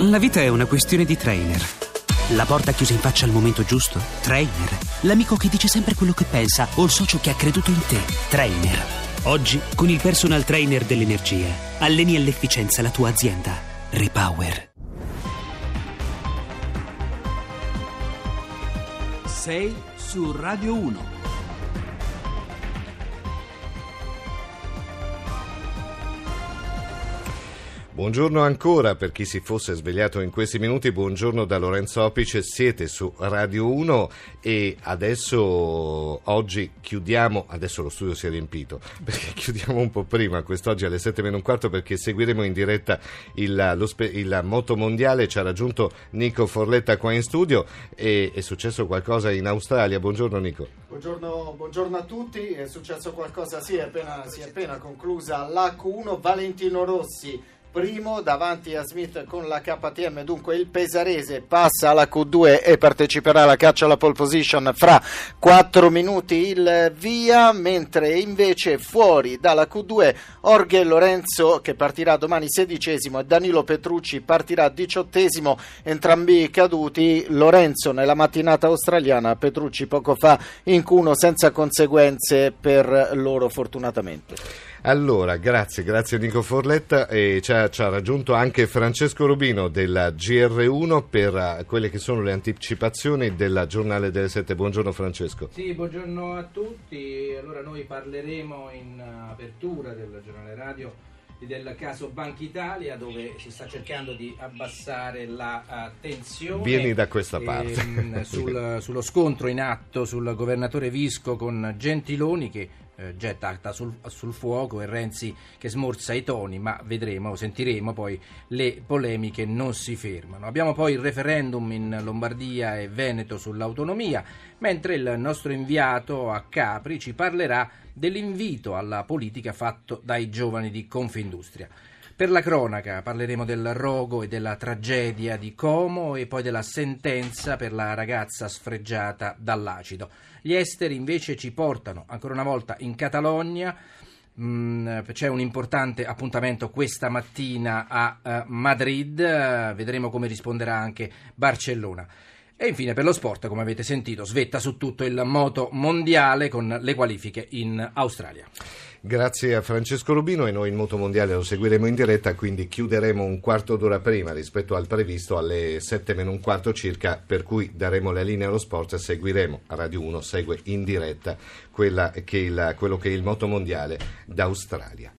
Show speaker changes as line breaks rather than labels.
La vita è una questione di trainer. La porta chiusa in faccia al momento giusto? Trainer. L'amico che dice sempre quello che pensa o il socio che ha creduto in te? Trainer. Oggi, con il personal trainer dell'energia, alleni all'efficienza la tua azienda. Repower.
Sei su Radio 1.
Buongiorno ancora per chi si fosse svegliato in questi minuti, buongiorno da Lorenzo Opice, siete su Radio 1 e oggi chiudiamo, adesso lo studio si è riempito, perché chiudiamo un po' prima, quest'oggi alle 7:15 perché seguiremo in diretta il moto mondiale, ci ha raggiunto Nico Forletta qua in studio e è successo qualcosa in Australia, buongiorno Nico.
Buongiorno a tutti, è successo qualcosa, si è appena conclusa l'H1, Valentino Rossi primo davanti a Smith con la KTM, dunque il pesarese passa alla Q2 e parteciperà alla caccia alla pole position fra 4 minuti il via, mentre invece fuori dalla Q2 Jorge Lorenzo che partirà domani 16esimo e Danilo Petrucci partirà 18esimo, entrambi caduti, Lorenzo nella mattinata australiana, Petrucci poco fa in Q1 senza conseguenze per loro fortunatamente.
Allora, grazie Nico Forletta e ci ha raggiunto anche Francesco Rubino della GR1 per quelle che sono le anticipazioni del Giornale delle 7. Buongiorno Francesco.
Sì, buongiorno a tutti. Allora noi parleremo in apertura del giornale radio del caso Banca Italia, dove si sta cercando di abbassare la tensione.
Vieni da questa parte.
Sullo scontro in atto sul governatore Visco con Gentiloni che getta acqua sul fuoco e Renzi che smorza i toni, ma sentiremo poi le polemiche non si fermano. Abbiamo poi il referendum in Lombardia e Veneto sull'autonomia, mentre il nostro inviato a Capri ci parlerà dell'invito alla politica fatto dai giovani di Confindustria. Per la cronaca parleremo del rogo e della tragedia di Como e poi della sentenza per la ragazza sfregiata dall'acido. Gli esteri invece ci portano ancora una volta in Catalogna. C'è un importante appuntamento questa mattina a Madrid, vedremo come risponderà anche Barcellona. E infine per lo sport, come avete sentito, svetta su tutto il moto mondiale con le qualifiche in Australia.
Grazie a Francesco Rubino e noi il moto mondiale lo seguiremo in diretta, quindi chiuderemo un quarto d'ora prima rispetto al previsto alle 7:15 circa, per cui daremo la linea allo sport e seguiremo, a Radio 1 segue in diretta quello che è il moto mondiale d'Australia.